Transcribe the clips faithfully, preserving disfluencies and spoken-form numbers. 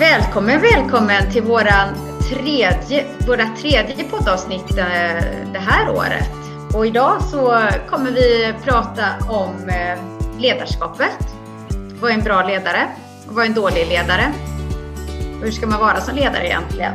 Välkommen, välkommen till våran tredje, våra tredje poddavsnitt det här året. Och idag så kommer vi prata om ledarskapet. Vad är en bra ledare? Och vad är en dålig ledare? Och hur ska man vara som ledare egentligen?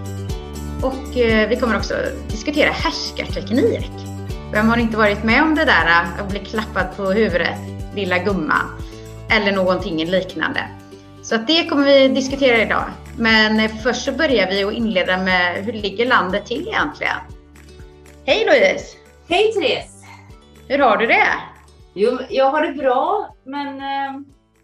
Och vi kommer också diskutera härskarteknik. Vem har inte varit med om det där att bli klappad på huvudet, lilla gumma, eller någonting liknande? Så att det kommer vi diskutera idag. Men först så börjar vi att inleda med hur ligger landet till egentligen? Hej Louise! Hej Therese! Hur har du det? Jo, jag har det bra, men eh,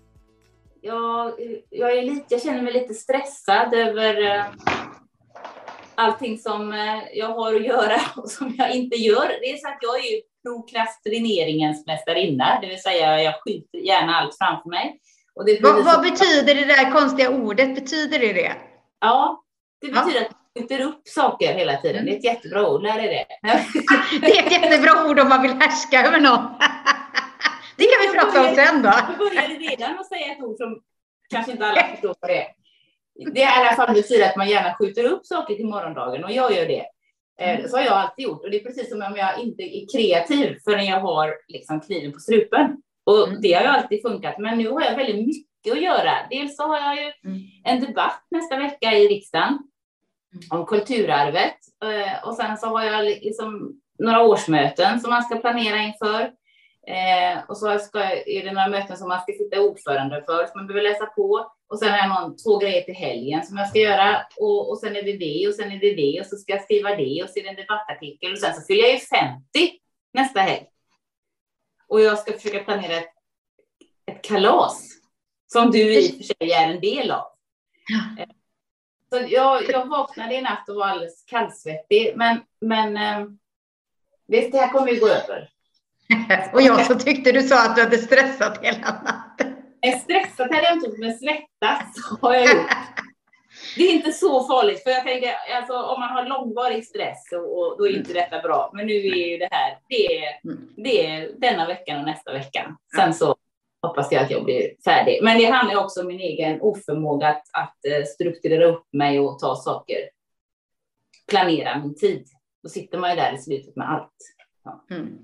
jag, jag, är lite, jag känner mig lite stressad över eh, allting som eh, jag har att göra och som jag inte gör. Det är så att jag är ju prokrastineringens mästarinna, det vill säga jag skjuter gärna allt framför mig. Och det vad, vad betyder det där konstiga ordet? Betyder det det? Ja, det betyder ja. att man skjuter upp saker hela tiden. Det är ett jättebra ord, lär det. Det är ett jättebra ord om man vill härska över någon. Det kan vi prata om sen då. Jag började redan att säga ett ord som kanske inte alla förstår vad det är. Det är i alla fall betyder att man gärna skjuter upp saker till morgondagen, och jag gör det. Mm. Så har jag alltid gjort, och det är precis som om jag inte är kreativ förrän jag har liksom kniven på strupen. Och mm. det har ju alltid funkat, men nu har jag väldigt mycket att göra. Dels så har jag ju mm. en debatt nästa vecka i riksdagen mm. om kulturarvet. Och sen så har jag liksom några årsmöten som man ska planera inför. Och så ska, är det några möten som man ska sitta ordförande för, som man behöver läsa på. Och sen har jag någon, två grejer till helgen som jag ska göra. Och, och sen är det det, och sen är det det. Och så ska jag skriva det, och så är det en debattartikel. Och sen så fyller jag ju femtio nästa helg. Och jag ska försöka planera ett, ett kalas som du i och för sig är en del av. Ja. Så jag, jag vaknade i natt och var alldeles kallsvettig. Men, men det, det här kommer ju gå över. Och jag så tyckte du sa att du hade stressat hela natten. Jag stressat hade jag inte, men svettats har jag gjort. Det är inte så farligt, för jag tänker, alltså, om man har långvarig stress och, och då är inte detta bra. Men nu är ju det här, det är, det är denna veckan och nästa vecka. Sen så hoppas jag att jag blir färdig. Men det handlar också om min egen oförmåga att, att strukturera upp mig och ta saker. Planera min tid. Då sitter man ju där i slutet med allt. Ja. Mm.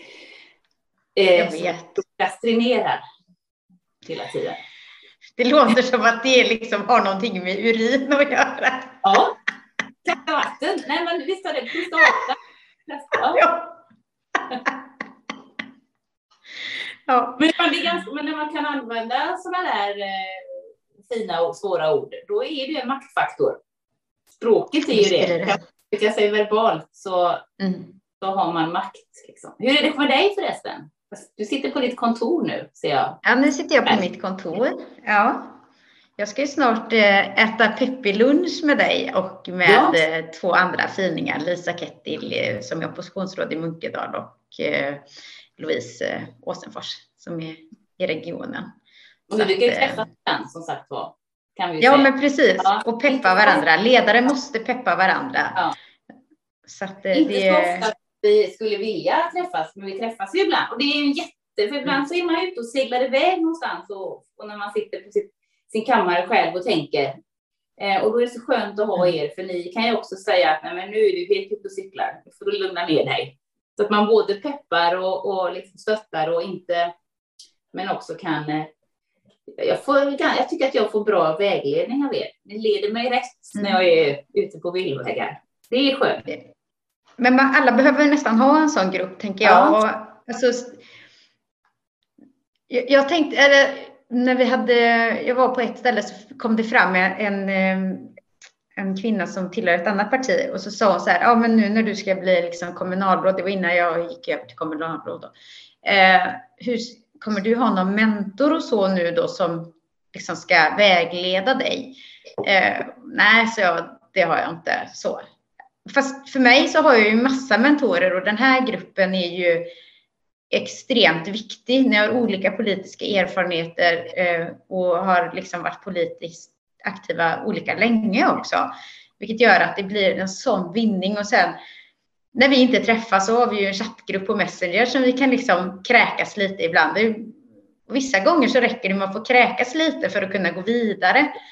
Eh, jag vet. Prokrastinerar hela tiden. Det låter som att det liksom har någonting med urin att göra. Ja, kasta vatten. Nej, men visst har det pusta vatten. Ja. Ja. Men, det är ganska, men när man kan använda sådana där eh, fina och svåra ord, då är det en maktfaktor. Språket är ju det. Kan jag säga verbalt så, mm. så har man makt. Liksom. Hur är det med dig förresten? Du sitter på ditt kontor nu, ser jag. Ja, nu sitter jag på Nej. mitt kontor. Ja. Jag ska ju snart äta peppilunch med dig och med ja. två andra finingar. Lisa Kettil som är oppositionsråd i Munkedal och Louise Åsenfors som är i regionen. Och du kan ju träffa den som sagt var. Kan vi ja, säga. Men precis. Ja. Och peppa varandra. Ledare måste peppa varandra. Ja. Så att det... Inte så ofta vi skulle vilja träffas, men vi träffas ju ibland. Och det är ju en jätte, för ibland mm. så är man ute och seglar iväg någonstans och, och när man sitter på sitt, sin kammare själv och tänker. Eh, och då är det så skönt att ha er, för ni kan ju också säga att nej, men nu är du helt ute och cyklar, nu får du lugna ner dig. Så att man både peppar och, och liksom stöttar och inte, men också kan, eh, jag, får, jag tycker att jag får bra vägledning av er. Ni leder mig rätt mm. när jag är ute på villvägar. Det är skönt. Men man, alla behöver nästan ha en sån grupp, tänker jag. Ja. Och, alltså, jag, jag tänkte, eller, när vi hade, jag var på ett ställe så kom det fram en, en kvinna som tillhör ett annat parti. Och så sa hon så här, ja men nu när du ska bli liksom kommunalråd, det var innan jag gick över till kommunalråd då. Eh, hur, kommer du ha någon mentor och så nu då som liksom ska vägleda dig? Eh, nej, så jag, det har jag inte så. Fast för mig så har jag ju massa mentorer och den här gruppen är ju extremt viktig. Ni har olika politiska erfarenheter eh, och har liksom varit politiskt aktiva olika länge också. Vilket gör att det blir en sån vinning. Och sen när vi inte träffas så har vi ju en chattgrupp på Messenger som vi kan liksom kräkas lite ibland. Det är, vissa gånger så räcker det med att få kräkas lite för att kunna gå vidare.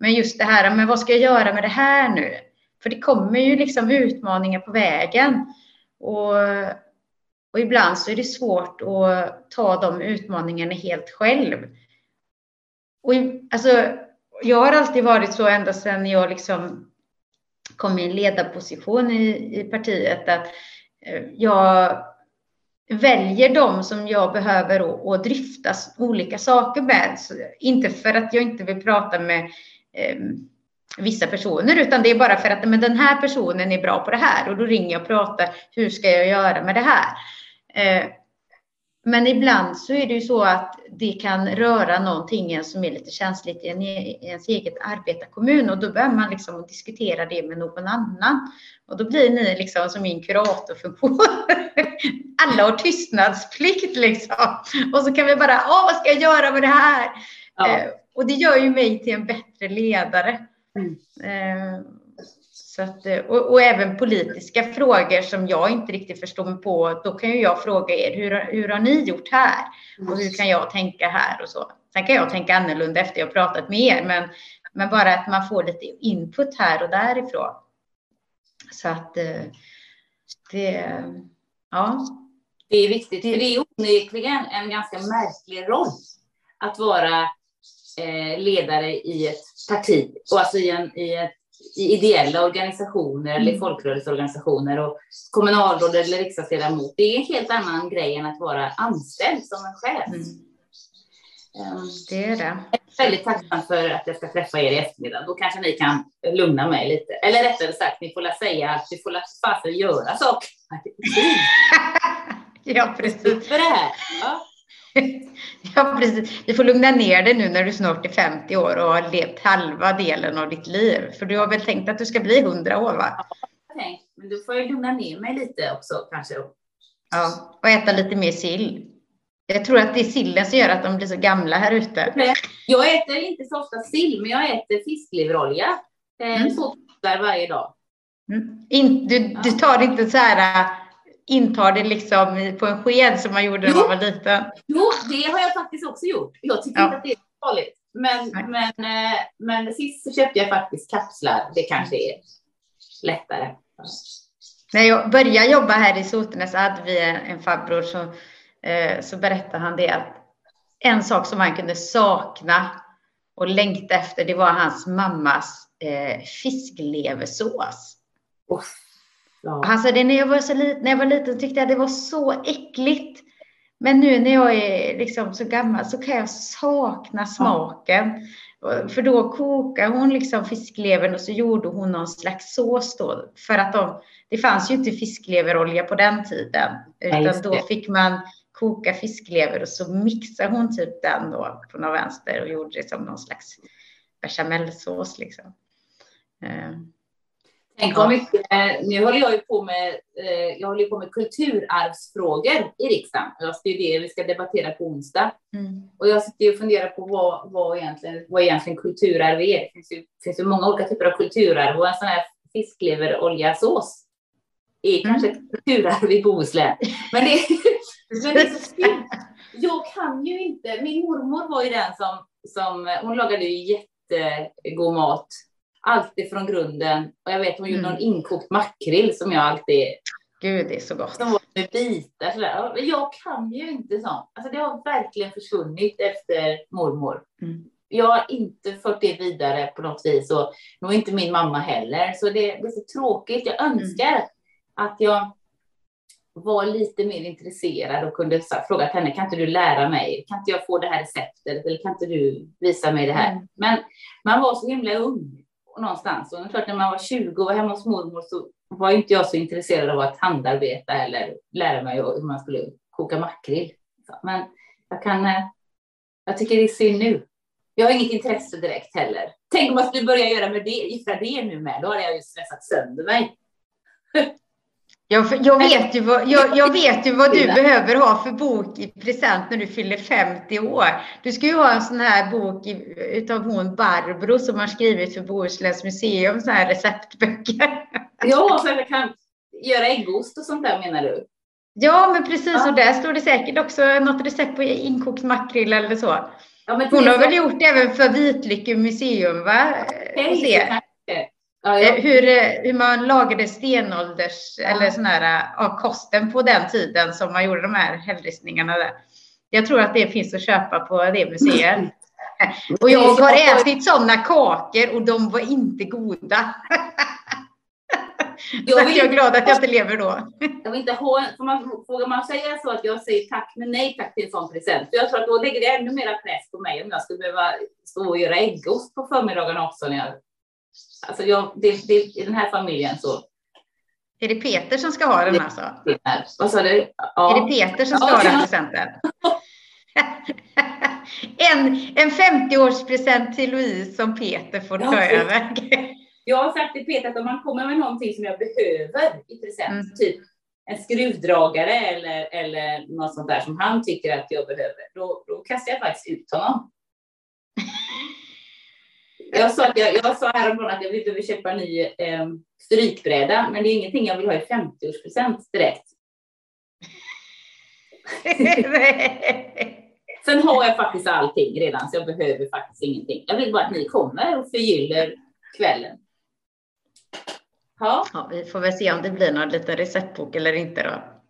Men just det här, men vad ska jag göra med det här nu? För det kommer ju liksom utmaningar på vägen. Och, och ibland så är det svårt att ta de utmaningarna helt själv. Och alltså, jag har alltid varit så ända sedan jag liksom kom i en ledarposition i, i partiet, att jag väljer dem som jag behöver och, och dryfta olika saker med. Så inte för att jag inte vill prata med eh, vissa personer, utan det är bara för att men den här personen är bra på det här, och då ringer jag och pratar, hur ska jag göra med det här? Eh, men ibland så är det ju så att det kan röra någonting som är lite känsligt i, en, i ens eget arbetarkommun, och då behöver man liksom diskutera det med någon annan. Och då blir ni liksom som min kuratorfunktion. Alla har tystnadsplikt liksom. Och så kan vi bara, åh, vad ska jag göra med det här? Ja. Eh, och det gör ju mig till en bättre ledare. Mm. Eh, så att, och, och även politiska frågor som jag inte riktigt förstår mig på, då kan ju jag fråga er, hur, hur har ni gjort här? Och hur kan jag tänka här och så? Sen kan jag tänka annorlunda efter jag pratat med er, men, men bara att man får lite input här och därifrån. Så att det, ja. Det är viktigt, för det är onekligen en ganska märklig roll att vara eh, ledare i ett parti, och alltså i, en, i, ett, i ideella organisationer mm. eller folkrörelseorganisationer, och kommunalråd eller riksdagsledamot. Det är en helt annan grej än att vara anställd som en chef. Mm. Um, det är det. Jag är väldigt tacksam för att jag ska träffa er i eftermiddag. Då kanske ni kan lugna mig lite. Eller rättare sagt, ni får säga att vi får fasen göra saker. Ja, precis. För det här. Ja. Ja, precis. Vi får lugna ner dig nu när du snart är femtio år och har levt halva delen av ditt liv. För du har väl tänkt att du ska bli hundra år, va? Ja, jag har tänkt. Men då får jag lugna ner mig lite också kanske. Ja, och äta lite mer sill. Jag tror att det är sillen som gör att de blir så gamla här ute. Jag äter inte så ofta sill, men jag äter fiskleverolja. Mm. Så där varje dag. Mm. In, du, ja. du tar inte så här, intar det liksom på en sked som man gjorde när man var liten. Jo, det har jag faktiskt också gjort. Jag tycker ja. inte att det är farligt. Men, men, men sist så köpte jag faktiskt kapslar. Det kanske är lättare. När jag började jobba här i Sotenäs så hade vi en, en farbror som så berättade han det, att en sak som han kunde sakna och längta efter, det var hans mammas eh, fiskleversås. Oh, ja. Han sa det när jag var så liten, när jag var liten tyckte jag det var så äckligt. Men nu när jag är liksom så gammal så kan jag sakna smaken. Ja. För då kokade hon liksom fisklevern och så gjorde hon någon slags sås då. För att de, det fanns ju inte fiskleverolja på den tiden. Utan ja, då fick man koka fisklever och så mixade hon typ den då på någon vänster och gjorde det som någon slags bechamelsås liksom. Uh, Tänk om mycket, nu håller jag ju på med, jag håller på med kulturarvsfrågor i riksdagen. Jag ska ju det vi ska debattera på onsdag. Mm. Och jag sitter och funderar på vad, vad, egentligen, vad egentligen kulturarv är. Det finns ju, finns ju många olika typer av kulturarv, och en sån här fiskleveroljasås är mm. kanske ett kulturarv i Bohuslän. Men det, men det är så synd. Jag kan ju inte, min mormor var ju den som, som hon lagade ju jättegod mat. Alltid från grunden. Och jag vet hon gjorde mm. någon inkokt makrill som jag alltid... Gud, det är så gott. Som var med bitar. Sådär. Jag kan ju inte sånt. Alltså det har verkligen försvunnit efter mormor. Mm. Jag har inte fört det vidare på något vis. Och nog inte min mamma heller. Så det, det är så tråkigt. Jag önskar mm. att jag var lite mer intresserad och kunde så, fråga henne, kan inte du lära mig? Kan inte jag få det här receptet? Eller kan inte du visa mig det här? Mm. Men man var så himla ung. Någonstans. Och klart när man var tjugo och var hemma hos mormor så var inte jag så intresserad av att handarbeta eller lära mig hur man skulle koka makrill. Men jag kan, jag tycker det är synd nu. Jag har inget intresse direkt heller. Tänk om jag skulle börja göra med det, gifta det nu med. Då hade jag ju stressat sönder mig. Jag, jag, vet ju vad, jag, jag vet ju vad du behöver ha för bok i present när du fyller femtio år. Du ska ju ha en sån här bok i, utav hon Barbro som har skrivit för Bohusläns museum, sån här receptböcker. Ja, så jag kan göra äggost och sånt där, menar du? Ja, men precis. Ja. Och där står det säkert också något recept på inkokt makrill eller så. Ja, men hon har väl gjort det även för Vitlycke museum, va? Okay, se. Ja, ja. Hur, hur man lagade stenålders ja. eller sån här av kosten på den tiden som man gjorde de här hällristningarna där. Jag tror att det finns att köpa på det museet. Och jag har ätit sådana kakor och de var inte goda. Jag, vill, jag är glad att jag inte lever då. Jag vill inte ha, får man, vågar man säga så att jag säger tack men nej tack till en sån present. För jag tror att då lägger det ännu mer press på mig om jag skulle behöva stå och göra äggost på förmiddagarna också. När jag, alltså jag, det, det, i den här familjen så. Är det Peter som ska ha den alltså? Vad sa du? Ja. Är det Peter som ska ja, ha den presenten? en, en femtio-årspresent till Louise som Peter får ta ja, över. Jag har sagt till Peter att om man kommer med någonting som jag behöver i present, mm. typ en skruvdragare eller, eller något sånt där som han tycker att jag behöver, då, då kastar jag faktiskt ut honom. jag, sa att jag, jag sa häromdagen att jag behöver köpa en ny eh, strykbräda, men det är ingenting jag vill ha i femtio-årspresent direkt. Sen har jag faktiskt allting redan, så jag behöver faktiskt ingenting. Jag vill bara att ni kommer och förgyller kvällen. Ja. Ja, vi får väl se om det blir någon liten receptbok eller inte då.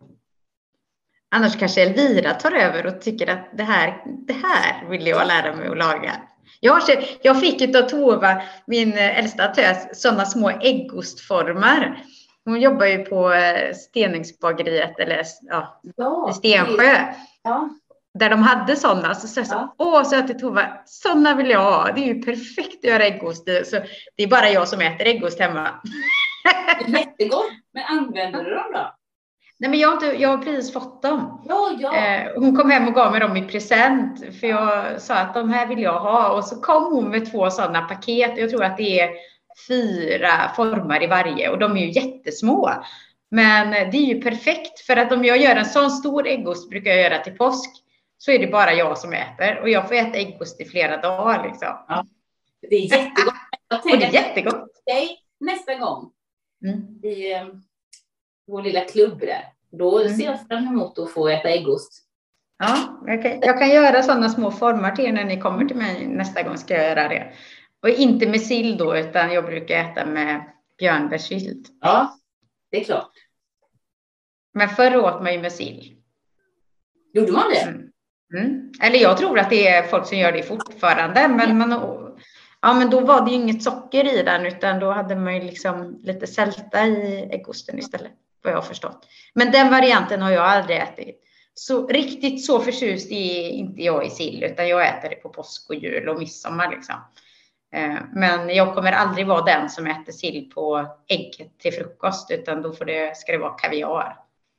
Annars kanske Elvira tar över och tycker att det här, det här vill jag lära mig att laga. Jag, har, jag fick ju av Tova, min äldsta tös, sådana små äggostformar. Hon jobbar ju på Steningsbageriet eller ja, ja, i Stensjö. Ja. Där de hade sådana. Så sa jag så, ja. åh, så till Tova, sådana vill jag ha. Det är ju perfekt att göra äggost. Så det är bara jag som äter äggost hemma. Jättegott. Men använder du dem då? Nej, men jag har, inte, jag har precis fått dem. Ja, ja. Eh, hon kom hem och gav mig dem i present. För jag sa att de här vill jag ha. Och så kom hon med två sådana paket. Jag tror att det är fyra formar i varje. Och de är ju jättesmå. Men det är ju perfekt. För att om jag gör en sån stor äggost brukar jag göra till påsk. Så är det bara jag som äter. Och jag får äta äggost i flera dagar. Liksom. Ja, det är jättegott. Och det är jättegott. Okay, nästa gång. Mm. I um, vår lilla klubb där. Då mm. ser jag fram emot att få äta äggost. Ja, okay. Jag kan göra sådana små formar till er när ni kommer till mig. Nästa gång ska jag göra det. Och inte med sill då, utan jag brukar äta med björnbärssylt. Ja, det är klart. Men förr åt man ju med sill. Gjorde man det? Mm. Mm. Eller jag tror att det är folk som gör det fortfarande. Men, man, ja, men då var det ju inget socker i den. Utan då hade man ju liksom lite sälta i äggosten istället. Vad jag har förstått. Men den varianten har jag aldrig ätit. Så riktigt så förtjust är inte jag i sill. Utan jag äter det på påsk och jul och midsommar liksom. Men jag kommer aldrig vara den som äter sill på ägg till frukost. Utan då får det, ska det vara kaviar.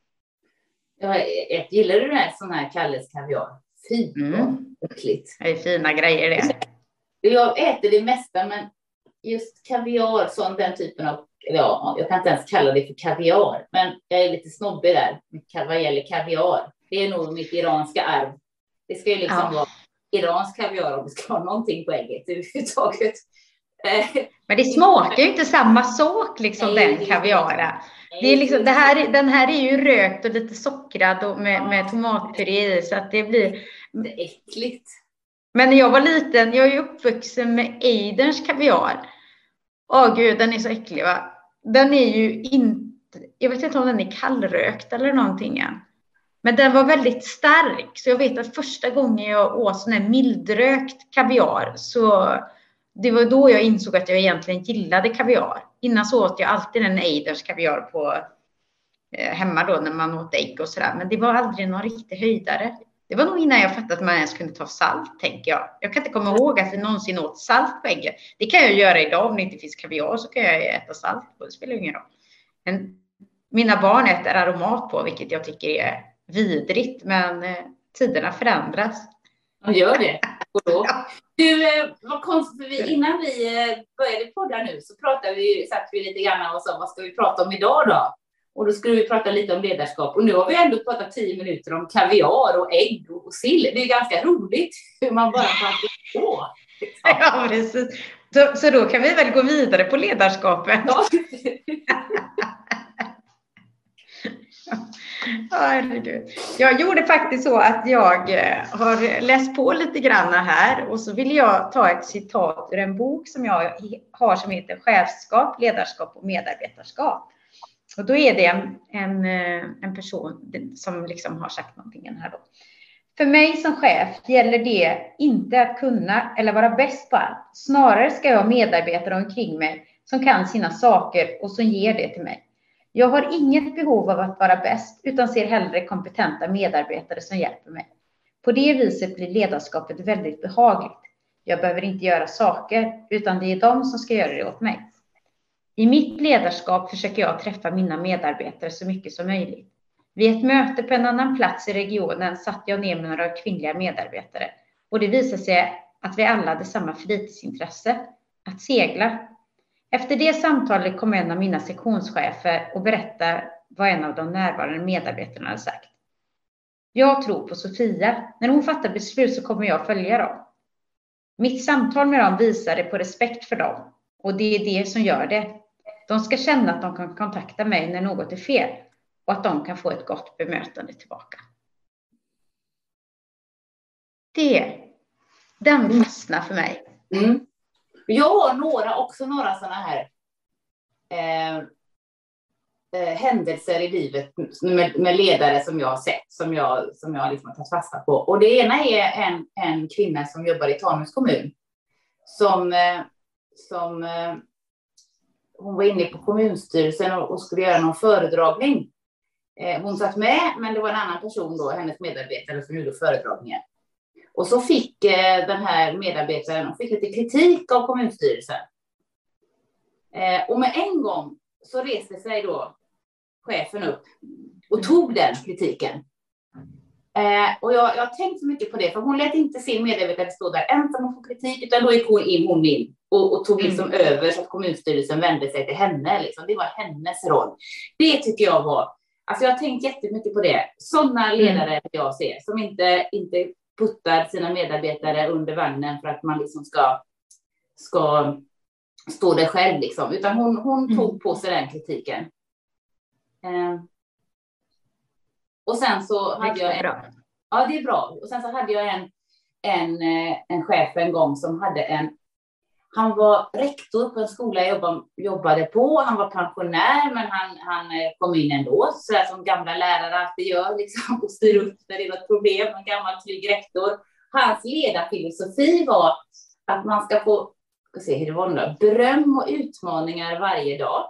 Jag gillar du det här sån här Kalles kaviar? Fy, mm. äckligt. Det är fina grejer det. Jag äter det mesta, men just kaviar, sån den typen av, ja, jag kan inte ens kalla det för kaviar, men jag är lite snobbig där vad gäller kaviar. Det är nog mitt iranska arv. Det ska ju liksom ja. vara iransk kaviar om det ska vara någonting på ägget överhuvudtaget. Men det smakar ju inte samma sak liksom. Nej, den kaviaren. Det är liksom, det här, den här är ju rökt och lite sockrad och med, med tomatpuré i, så att det blir det är äckligt. Men när jag var liten, jag är ju uppvuxen med Eiderns kaviar. Åh gud, den är så äcklig va. Den är ju inte, jag vet inte om den är kallrökt eller någonting än. Men den var väldigt stark, så jag vet att första gången jag åt sån här mildrökt kaviar, så det var då jag insåg att jag egentligen gillade kaviar. Innan så åt jag alltid en Eiders kaviar på eh, hemma då när man åt ägg och sådär. Men det var aldrig någon riktig höjdare. Det var nog innan jag fattade att man ens kunde ta salt, tänker jag. Jag kan inte komma ihåg att vi någonsin åt salt på ägget. Det kan jag göra idag om det inte finns kaviar, så kan jag äta salt på. Det spelar ingen roll. Men mina barn äter aromat på, vilket jag tycker är vidrigt. Men eh, tiderna förändras. De gör det. Och då. Du, vad konstigt, för vi, innan vi började podda nu så pratade vi, satt vi lite grann och sa, vad ska vi prata om idag då? Och då skulle vi prata lite om ledarskap. Och nu har vi ändå pratat tio minuter om kaviar och ägg och sill. Det är ganska roligt hur man bara kan på. Ja, precis. Så, så då kan vi väl gå vidare på ledarskapet. Ja. Ja, herregud. Jag gjorde faktiskt så att jag har läst på lite grann här och så vill jag ta ett citat ur en bok som jag har som heter Chefskap, ledarskap och medarbetarskap. Och då är det en, en, en person som liksom har sagt någonting här då. För mig som chef gäller det inte att kunna eller vara bäst på allt. Snarare ska jag ha medarbetare omkring mig som kan sina saker och som ger det till mig. Jag har inget behov av att vara bäst utan ser hellre kompetenta medarbetare som hjälper mig. På det viset blir ledarskapet väldigt behagligt. Jag behöver inte göra saker utan det är de som ska göra det åt mig. I mitt ledarskap försöker jag träffa mina medarbetare så mycket som möjligt. Vid ett möte på en annan plats i regionen satt jag ner med några kvinnliga medarbetare. Och det visade sig att vi alla hade samma fritidsintresse, att segla. Efter det samtalet kom en av mina sektionschefer och berättade vad en av de närvarande medarbetarna hade sagt. Jag tror på Sofia. När hon fattar beslut så kommer jag följa dem. Mitt samtal med dem visade på respekt för dem. Och det är det som gör det. De ska känna att de kan kontakta mig när något är fel. Och att de kan få ett gott bemötande tillbaka. Det, den fastnar för mig. Mm. Jag har några, också några sådana här eh, eh, händelser i livet med, med ledare som jag har sett. Som jag, som jag liksom har tagit fasta på. Och det ena är en, en kvinna som jobbar i Tanums kommun. Som... Eh, som eh, hon var inne på kommunstyrelsen och, och skulle göra någon föredragning. Eh, hon satt med, men det var en annan person då, hennes medarbetare, som gjorde föredragningen. Och så fick eh, den här medarbetaren och fick lite kritik av kommunstyrelsen. Eh, och med en gång så reste sig då chefen upp och tog den kritiken. Eh, och jag, jag har tänkt så mycket på det, för hon lät inte sin medarbetare stå där ensam och få kritik, utan då gick hon in, hon in och, och tog liksom mm. över så att kommunstyrelsen vände sig till henne. Liksom. Det var hennes roll. Det tycker jag var, alltså jag har tänkt jättemycket på det. Sådana ledare mm. jag ser, som inte, inte puttar sina medarbetare under vagnen för att man liksom ska, ska stå där själv liksom. Utan hon, hon mm. tog på sig den kritiken. Eh, Och sen så hade jag en, ja det är bra. Och sen så hade jag en, en, en chef en gång som hade en, han var rektor på en skola jag jobbade, jobbade på. Han var pensionär, men han, han kom in ändå. Så där som gamla lärare alltid gör, liksom, och styr upp när det är något problem. En gammal trygg rektor. Hans ledarfilosofi var att man ska få, ska se hur det var nu, beröm och utmaningar varje dag.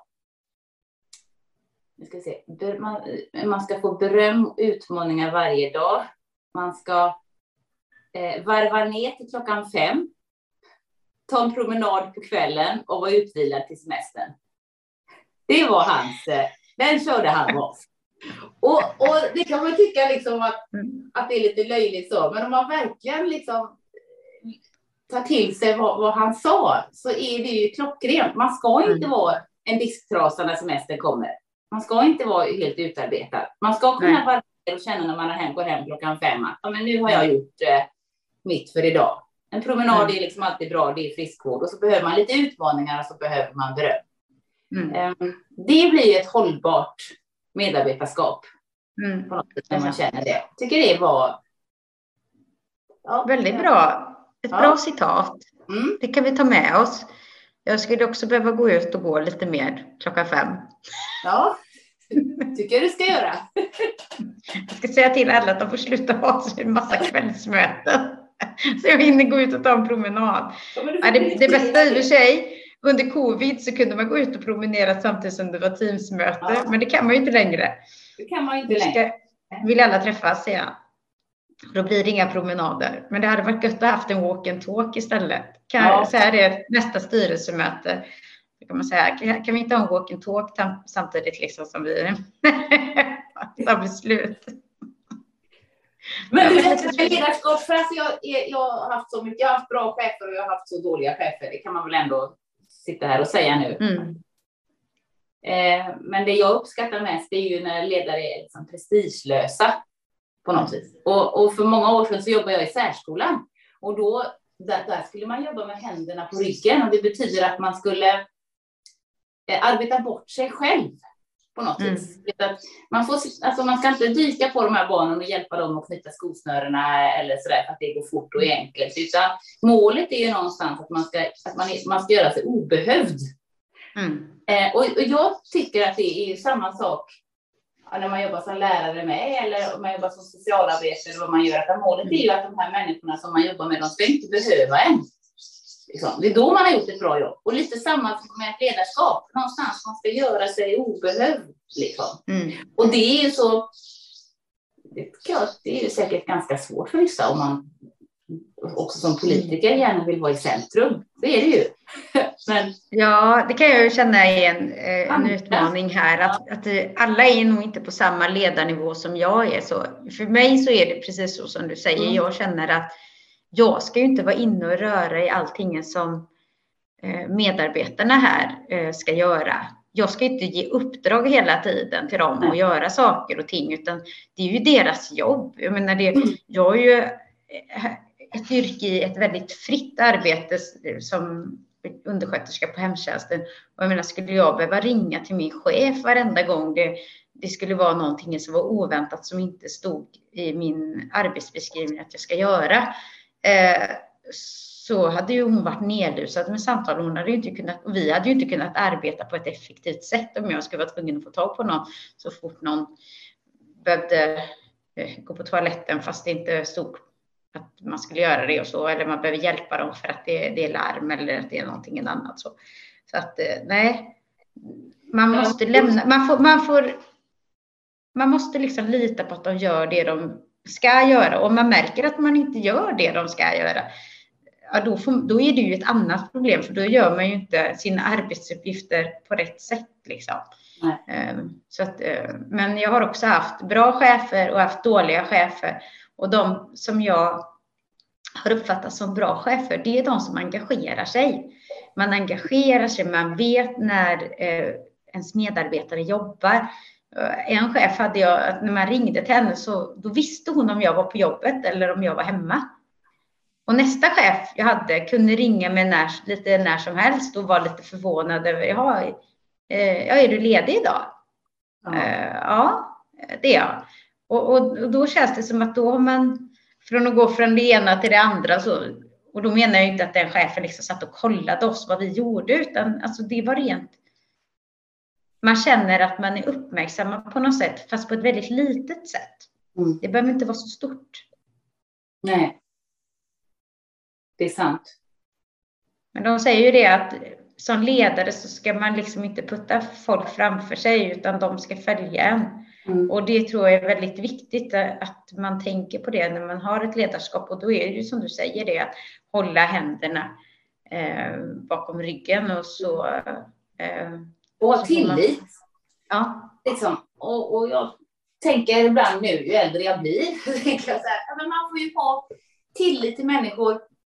Nu ska se. Man, man ska få beröm och utmaningar varje dag. Man ska eh, varva ner till klockan fem. Ta en promenad på kvällen och vara utvilad till semestern. Det var hans, eh, den körde han med oss. Och, och det kan man tycka liksom att, att det är lite löjligt så. Men om man verkligen liksom tar till sig vad, vad han sa, så är det ju klockrent. Man ska inte vara en disktrasa när semestern kommer. Man ska inte vara helt utarbetad. Man ska kunna vara och känna när man har hem, går hem klockan fem att ja, men nu har jag gjort eh, mitt för idag. En promenad mm. är liksom alltid bra, det är friskvård. Och så behöver man lite utmaningar och så behöver man beröm. Mm. Um, det blir ett hållbart medarbetarskap. Mm. På något sätt när man känner det. Tycker det var... Ja, väldigt bra. Ett ja. bra citat. Mm. Det kan vi ta med oss. Jag skulle också behöva gå ut och gå lite mer klockan fem. Ja, tycker jag du ska göra. Jag ska säga till alla att de får sluta ha sig en massa kvällsmöten. Så jag hinner gå ut och ta en promenad. Ja, det, det bästa i och för sig, under covid så kunde man gå ut och promenera samtidigt som det var teamsmöte. Ja. Men det kan man ju inte längre. Det kan man ju inte längre. Vill alla träffas, ja. Då blir det inga promenader. Men det hade varit gött att ha haft en walk and talk istället. Kan, ja. Så här är nästa styrelsemöte. Då kan man säga, kan, kan vi inte ha en walk and talk tam, samtidigt liksom som vi tar beslut. Men du vet, ledarskap, för alltså jag, jag har haft så mycket, jag har haft bra chefer och jag har haft så dåliga chefer. Det kan man väl ändå sitta här och säga nu. Mm. Eh, men det jag uppskattar mest är ju när ledare är liksom prestigelösa. På något vis. Och, och för många år sedan så jobbade jag i särskolan. Och då där, där skulle man jobba med händerna på ryggen. Och det betyder att man skulle eh, arbeta bort sig själv. på något Mm. vis. Att man, får, alltså man ska inte dyka på de här barnen och hjälpa dem att knyta skosnörerna eller sådär för att det går fort och enkelt. Utan målet är ju någonstans att man ska, att man, man ska göra sig obehövd. Mm. Eh, och, och jag tycker att det är ju samma sak när man jobbar som lärare med eller om man jobbar som socialarbetare eller vad man gör. Att målet är ju att de här människorna som man jobbar med, de ska inte behöva en. Liksom. Det är då man har gjort ett bra jobb. Och lite samma med ett ledarskap. Någonstans man ska göra sig obehövd. Liksom. Mm. Och det är ju så, det, det är ju säkert ganska svårt för vissa om man också som politiker gärna vill vara i centrum. Det är det ju. Men, ja, det kan jag ju känna är en, en utmaning här. Att, att alla är nog inte på samma ledarnivå som jag är. Så för mig så är det precis så som du säger. Mm. Jag känner att jag ska ju inte vara inne och röra i allting som medarbetarna här ska göra. Jag ska inte ge uppdrag hela tiden till dem och göra saker och ting. Utan det är ju deras jobb. Jag menar, det, jag är ju ett yrke i ett väldigt fritt arbete som undersköterska på hemtjänsten. Och jag menar, skulle jag behöva ringa till min chef varenda gång det, det skulle vara någonting som var oväntat som inte stod i min arbetsbeskrivning att jag ska göra. Eh, så hade ju hon varit nedlusad med samtal. Hon hade ju inte kunnat, och vi hade ju inte kunnat arbeta på ett effektivt sätt om jag skulle vara tvungen att få tag på någon så fort någon behövde eh, gå på toaletten fast det inte stod att man skulle göra det och så, eller man behöver hjälpa dem för att det, det är larm eller att det är någonting annat så. Så att nej, man måste lämna, man får, man får, man måste liksom lita på att de gör det de ska göra. Och om man märker att man inte gör det de ska göra, ja, då, får, då är det ju ett annat problem, för då gör man ju inte sina arbetsuppgifter på rätt sätt liksom. Um, så att, uh, men jag har också haft bra chefer och haft dåliga chefer. Och de som jag har uppfattat som bra chefer, det är de som engagerar sig. Man engagerar sig, man vet när eh, ens medarbetare jobbar. En chef hade jag, att när man ringde till henne så då visste hon om jag var på jobbet eller om jag var hemma. Och nästa chef jag hade kunde ringa mig när, lite när som helst och var lite förvånad över, jaha, eh, ja, är du ledig idag? Ja, eh, ja det är jag. Och, och, och då känns det som att då har man, från att gå från det ena till det andra så, och då menar jag inte att den chefen liksom satt och kollade oss vad vi gjorde, utan alltså det var rent, man känner att man är uppmärksamma på något sätt, fast på ett väldigt litet sätt. Mm. Det behöver inte vara så stort. Nej, det är sant. Men de säger ju det att som ledare så ska man liksom inte putta folk framför sig, utan de ska följa en. Mm. Och det tror jag är väldigt viktigt att man tänker på det när man har ett ledarskap. Och då är det ju som du säger det, att hålla händerna eh, bakom ryggen och så. Eh, och ha tillit. Man, ja. Liksom. Och, och jag tänker ibland nu, ju äldre jag blir, så tänker jag så här, men man får ju ha tillit till människor.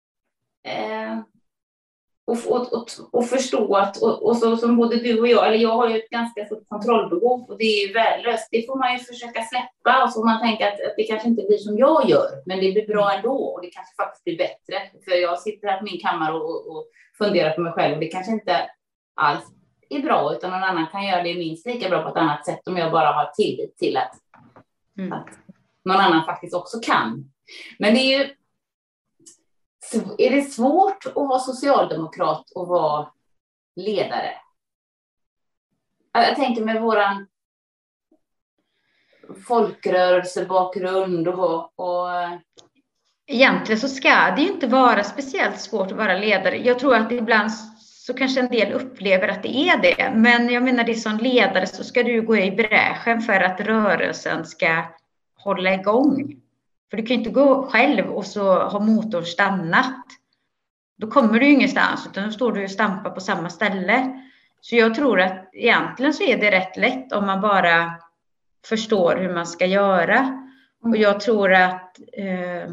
Eh, Och, och, och, och förstå att, och, och så som både du och jag, eller jag har ju ett ganska stort kontrollbehov och det är ju värdelöst. Det får man ju försöka släppa och så får man tänka att, att det kanske inte blir som jag gör, men det blir bra ändå och det kanske faktiskt blir bättre. För jag sitter här på min kammare och, och funderar på mig själv och det kanske inte alls är bra, utan någon annan kan göra det minst lika bra på ett annat sätt om jag bara har tillit till att, mm. att någon annan faktiskt också kan. Men det är ju är det svårt att vara socialdemokrat och vara ledare? Jag tänker med våran folkrörelsebakgrund och, och... Egentligen så ska det ju inte vara speciellt svårt att vara ledare. Jag tror att ibland så kanske en del upplever att det är det. Men jag menar, det som ledare så ska du gå i bräschen för att rörelsen ska hålla igång. För du kan inte gå själv och så har motorn stannat. Då kommer du ingenstans, utan då står du och stampar på samma ställe. Så jag tror att egentligen så är det rätt lätt om man bara förstår hur man ska göra. Och jag tror att eh,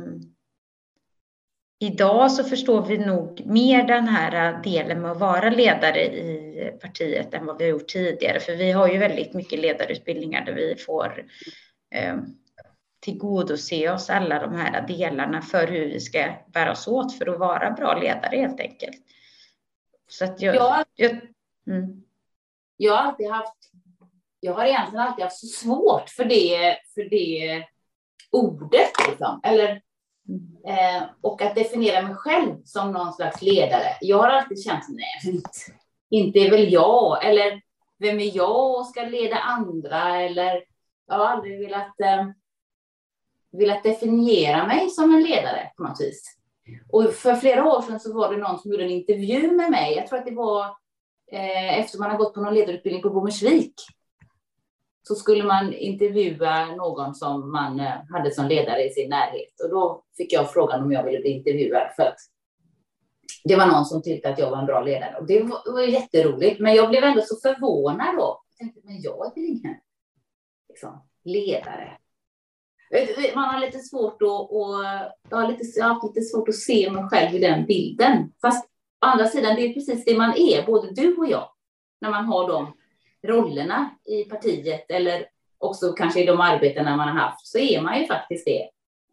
idag så förstår vi nog mer den här delen med att vara ledare i partiet än vad vi har gjort tidigare. För vi har ju väldigt mycket ledarutbildningar där vi får... Eh, tillgodose oss alla de här delarna för hur vi ska bära oss åt för att vara bra ledare helt enkelt. Så att jag... Jag, jag, mm. jag har alltid haft jag har egentligen alltid haft så svårt för det, för det ordet. Liksom. Eller, eh, och att definiera mig själv som någon slags ledare. Jag har alltid känt, nej, inte är väl jag. Eller vem är jag och ska leda andra? Eller jag har aldrig velat, eh, velat definiera mig som en ledare på något vis. Och för flera år sedan så var det någon som gjorde en intervju med mig. Jag tror att det var eh, efter man har gått på någon ledarutbildning på Bommersvik. Så skulle man intervjua någon som man eh, hade som ledare i sin närhet. Och då fick jag frågan om jag ville bli intervjuad. För att det var någon som tyckte att jag var en bra ledare. Och det var, var jätteroligt. Men jag blev ändå så förvånad då. Jag tänkte, men jag är väl ingen liksom, ledare. Man har lite svårt att, och jag har lite, jag har haft lite svårt att se mig själv i den bilden. Fast å andra sidan, det är precis det man är, både du och jag. När man har de rollerna i partiet eller också kanske i de arbetena man har haft, så är man ju faktiskt det.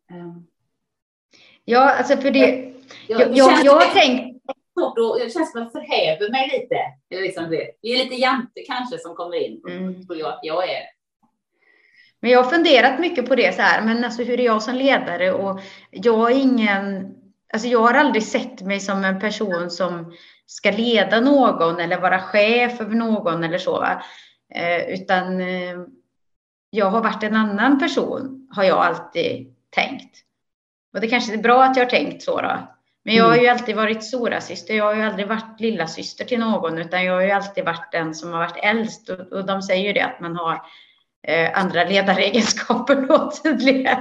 Ja, alltså för det... Jag, jag, jag, jag har tänkt... Det känns som att jag förhäver mig lite. Eller liksom det. det är lite jante kanske som kommer in. Mm. Tror jag att jag är. Men jag har funderat mycket på det så här. Men alltså hur är jag som ledare? Och jag är ingen... Alltså jag har aldrig sett mig som en person som ska leda någon. Eller vara chef över någon eller så. Va? Eh, utan eh, jag har varit en annan person. Har jag alltid tänkt. Och det kanske är bra att jag har tänkt så då. Men jag har ju alltid varit stora syster. Jag har ju aldrig varit lilla syster till någon. Utan jag har ju alltid varit den som har varit äldst. Och, och de säger ju det att man har eh, andra ledaregenskaper då tydligen.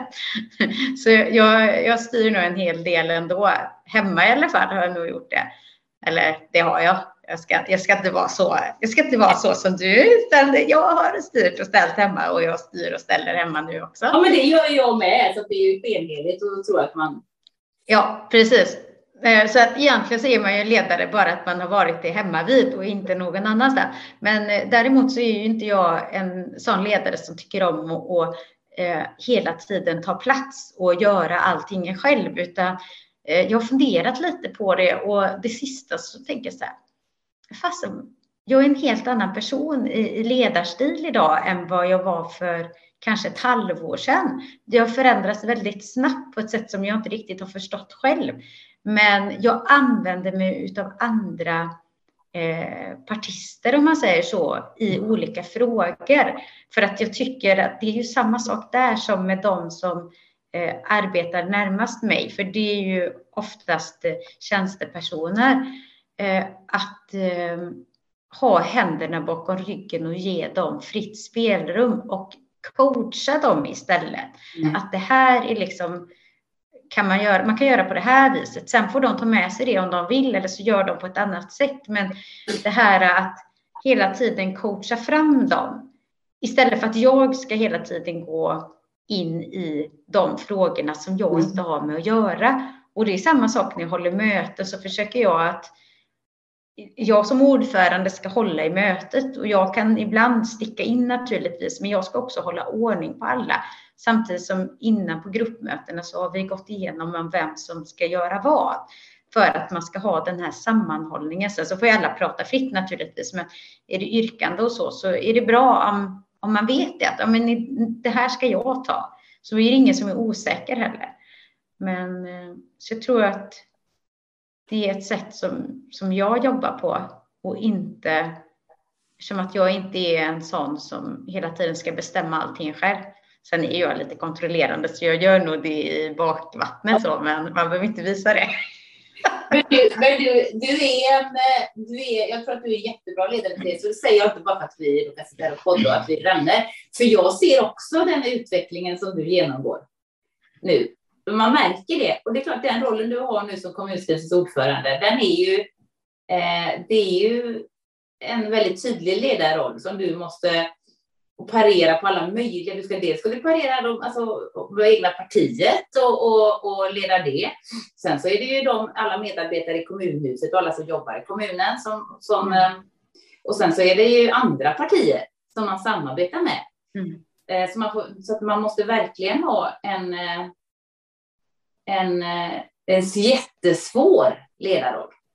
Så jag, jag styr nog en hel del ändå. Hemma i alla fall har jag nog gjort det. Eller det har jag. Jag ska, jag ska inte vara så. Jag ska inte vara så som du. Utan jag har styrt och ställt hemma. Och jag styr och ställer hemma nu också. Ja, men det gör jag med. Så det är ju skenheligt. Och då tror jag att man... Ja, precis. Så att egentligen så är man ju ledare bara att man har varit det hemma vid och inte någon annanstans. Men däremot så är ju inte jag en sån ledare som tycker om att och, eh, hela tiden ta plats och göra allting själv. Utan eh, jag har funderat lite på det och det sista så tänker jag så här. Fast jag är en helt annan person i, i ledarstil idag än vad jag var för kanske ett halvår sedan. Det har förändrats väldigt snabbt på ett sätt som jag inte riktigt har förstått själv. Men jag använder mig av andra eh, partister om man säger så i olika frågor. För att jag tycker att det är ju samma sak där som med de som eh, arbetar närmast mig. För det är ju oftast eh, tjänstepersoner. Eh, att eh, ha händerna bakom ryggen och ge dem fritt spelrum och coacha dem istället. Mm. Att det här är liksom... Kan man, göra, man kan göra på det här viset. Sen får de ta med sig det om de vill. Eller så gör de på ett annat sätt. Men det här att hela tiden coacha fram dem. Istället för att jag ska hela tiden gå in i de frågorna som jag inte har med att göra. Och det är samma sak när jag håller möte. Så försöker jag att jag som ordförande ska hålla i mötet. Och jag kan ibland sticka in naturligtvis. Men jag ska också hålla ordning på alla. Samtidigt som innan på gruppmötena så har vi gått igenom om vem som ska göra vad. För att man ska ha den här sammanhållningen. Sen så får ju alla prata fritt naturligtvis. Men är det yrkande och så så är det bra om, om man vet det. Att ja, men det här ska jag ta. Så är det ingen som är osäker heller. Men så jag tror att det är ett sätt som, som jag jobbar på. Och inte som att jag inte är en sån som hela tiden ska bestämma allting själv. Sen är jag lite kontrollerande så jag gör nog det i bakvattnet så, men man behöver inte visa det. Men du, men du, du är en, du är, jag tror att du är jättebra ledare till det, så det säger jag inte bara för att vi råkar sitta här och podda och att vi ränner. För jag ser också den utvecklingen som du genomgår nu. Man märker det, och det är klart den rollen du har nu som kommunstyrelsens ordförande, den är ju, eh, det är ju en väldigt tydlig ledarroll som du måste och parera på alla möjliga. Du ska dels ska du parera dem, alltså, det egna partiet och, och, och leda det. Sen så är det ju de, alla medarbetare i kommunhuset och alla som jobbar i kommunen. Som, som, mm. Och sen så är det ju andra partier som man samarbetar med. Mm. Så, man får, så att man måste verkligen ha en, en, en jättesvår ledarroll.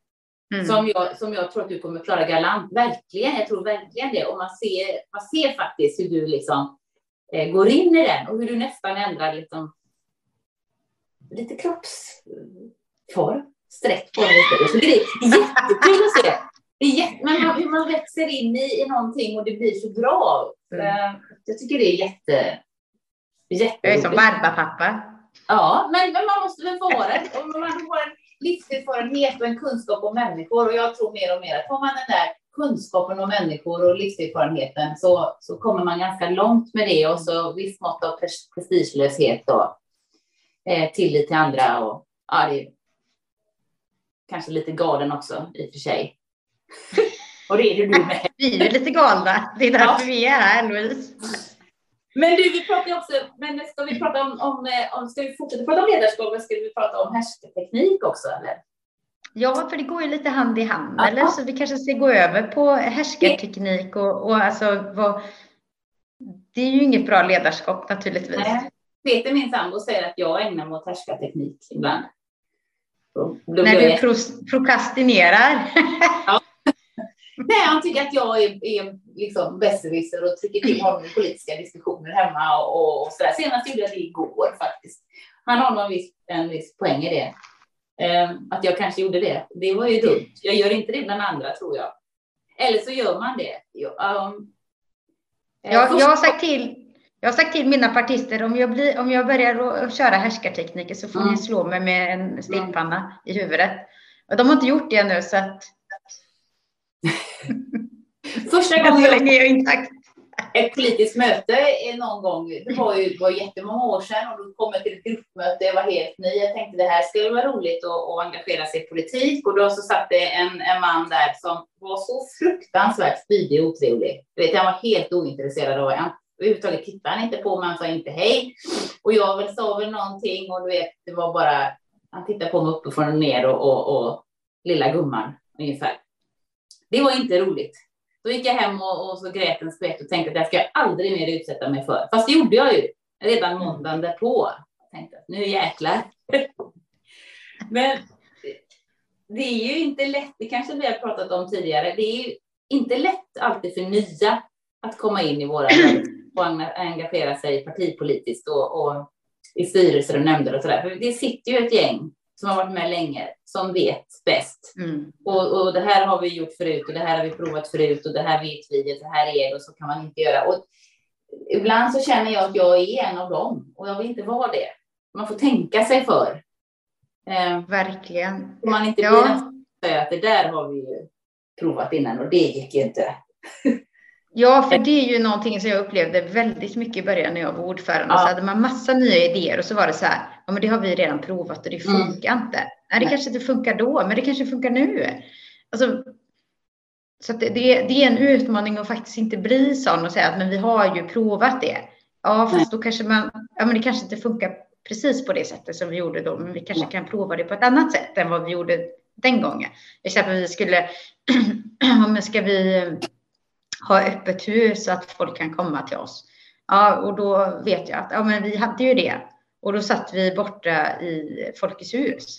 Mm. Som, jag, som jag tror att du kommer klara galant. Verkligen, jag tror verkligen det. Och man ser, man ser faktiskt hur du liksom eh, går in i den. Och hur du nästan ändrar liksom, lite kroppsform. Sträck på den lite. Så det är jättekul att se. Det är jätte, men man, hur man växer in i, i någonting och det blir så bra. Mm. Uh, jag tycker det är jätte... jätte jag är som barbapappa. Ja, men, men man måste väl få det. Om man har en livserfarenhet och en kunskap om människor. Och jag tror mer och mer att får man den där kunskapen om människor och livserfarenheten så, så kommer man ganska långt med det. Och så viss mått av prestigelöshet och eh, tillit till andra. Och ja, det är kanske lite galen också i och för sig. Och det är det du med. Vi är lite galna. Det är därför ja. vi är här, Louise. Men du, vi pratar också, men ska vi prata om, om, om ska vi fortsätta prata om ledarskap, eller ska vi prata om härskarteknik också, eller? Ja, för det går ju lite hand i hand, Aha. eller? Så vi kanske ska gå över på härskarteknik och, och alltså, vad, det är ju inget bra ledarskap naturligtvis. Nej. Peter, min sambo, säger att jag ägnar mig åt härskarteknik ibland. Då, då När du jag... pro- prokrastinerar. Ja. Nej, han tycker att jag är, är liksom besserwisser och trycker till honom i politiska diskussioner hemma och, och sådär. Senast gjorde jag det igår faktiskt. Han har någon viss, en viss poäng i det. Um, att jag kanske gjorde det. Det var ju dumt. Jag gör inte det bland andra, tror jag. Eller så gör man det. Um, jag, först... jag, har sagt till, jag har sagt till mina partister, om jag, blir, om jag börjar köra härskartekniker så får mm. ni slå mig med en stekpanna mm. i huvudet. Och de har inte gjort det ännu, så att första gången jag, jag intakt. ett politiskt möte någon gång, det var ju det var jättemånga år sedan och då kom jag till ett gruppmöte, jag var helt ny, jag tänkte det här skulle vara roligt att, att engagera sig i politik och då så satt det en, en man där som var så fruktansvärt spydig och otrevlig. Du vet, han var helt ointresserad av han överhuvudtaget tittade han inte på mig, han sa inte hej och jag väl sa väl någonting och du vet, det var bara han tittade på mig uppifrån och ner och, och, och lilla gumman ungefär. Det var inte roligt. Då gick jag hem och, och så grät en skvätt och tänkte att jag ska aldrig mer utsätta mig för. Fast det gjorde jag ju redan måndagen därpå. Jag tänkte att nu jäklar. Men det är ju inte lätt, det kanske vi har pratat om tidigare. Det är ju inte lätt alltid för nya att komma in i våra och engagera sig partipolitiskt och, och i styrelser och nämnder och sådär. För det sitter ju ett gäng som har varit med länge, som vet bäst. Mm. Och, och det här har vi gjort förut och det här har vi provat förut och det här vet vi, det här är det och så kan man inte göra. Och ibland så känner jag att jag är en av dem och jag vill inte vara det. Man får tänka sig för. Eh, Verkligen. Om man inte blir ja. säga att det där har vi ju provat innan och det gick ju inte. Ja, för det är ju någonting som jag upplevde väldigt mycket i början när jag var ordförande. Ja. Så hade man massa nya idéer och så var det så här, ja men det har vi redan provat och det funkar mm. inte. Nej, det kanske inte funkar då, men det kanske funkar nu. Alltså, så att det, det är en utmaning att faktiskt inte bli sån och säga att men vi har ju provat det. Ja, fast då kanske man, ja men det kanske inte funkar precis på det sättet som vi gjorde då, men vi kanske kan prova det på ett annat sätt än vad vi gjorde den gången. Exempelvis skulle, om ska vi ha öppet hus så att folk kan komma till oss. Ja, och då vet jag att ja, men vi hade ju det. Och då satt vi borta i Folkets hus.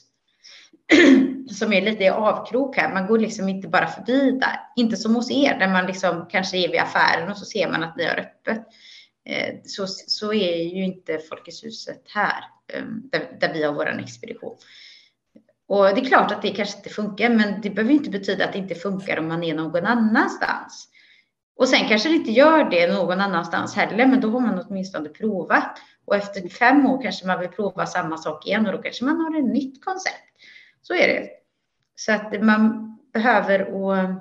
Som är lite i avkrok här. Man går liksom inte bara förbi där. Inte som hos er där man liksom kanske är vid affären och så ser man att ni har öppet. Så, så är ju inte Folkets huset här. Där, där vi har vår expedition. Och det är klart att det kanske inte funkar. Men det behöver inte betyda att det inte funkar om man är någon annanstans. Och sen kanske det inte gör det någon annanstans heller, men då har man åtminstone provat. Och efter fem år kanske man vill prova samma sak igen och då kanske man har ett nytt koncept. Så är det. Så att man behöver att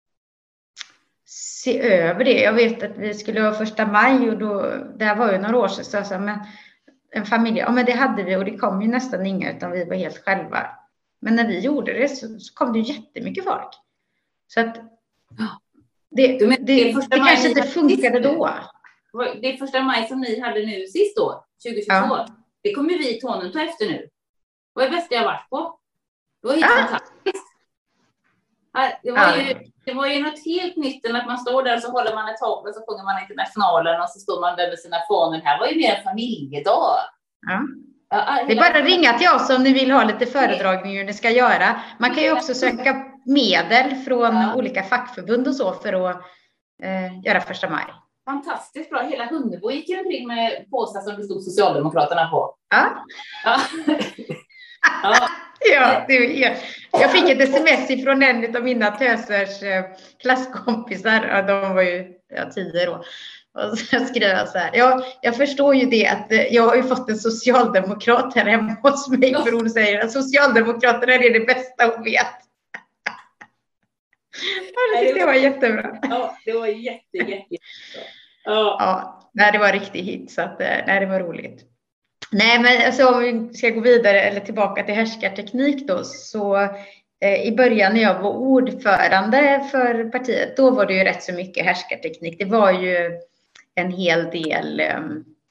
se över det. Jag vet att vi skulle ha första maj och då, det här var ju några år sedan, så jag sa, men en familj, ja men det hade vi och det kom ju nästan inga utan vi var helt själva. Men när vi gjorde det så, så kom det ju jättemycket folk. Så att Det, det, det, det, det kanske inte funkade då. Det är första maj som ni hade nu sist då, tjugohundratjugotvå. Ja. Det kommer vi i Tonen ta efter nu. Vad är det bästa jag varit på? Det var helt ja. fantastiskt. Det var, ja. ju, det var ju något helt nytt än att man står där och så håller man ett tak och så sjunger man internationalen och så står man där med sina faner. Här var ju mer en familjedag. Ja. Ja, det är bara att ringa till oss om ni vill ha lite föredragning hur ni ska göra. Man kan ju också söka medel från ja. olika fackförbund och så för att eh, göra första maj. Fantastiskt bra. Hela Hunnebo gick ju omkring med påsar som det stod Socialdemokraterna på. Ja. Ja. Ja. Ja, det är, jag fick ett sms från en av mina tösers eh, klasskompisar. Ja, de var ju ja, tio då. Och så skrev jag så här. Ja, jag förstår ju det att eh, jag har ju fått en socialdemokrat här hemma hos mig. För hon säger att Socialdemokraterna är det bästa hon vet. Ja, det tyckte jag var jättebra. Ja, det var jätte, jätte, jättebra. Ja, ja nej, det var riktigt hit så att, nej, det var roligt. Nej, men alltså, om vi ska gå vidare eller tillbaka till härskarteknik då, så eh, i början när jag var ordförande för partiet, då var det ju rätt så mycket härskarteknik. Det var ju en hel del eh,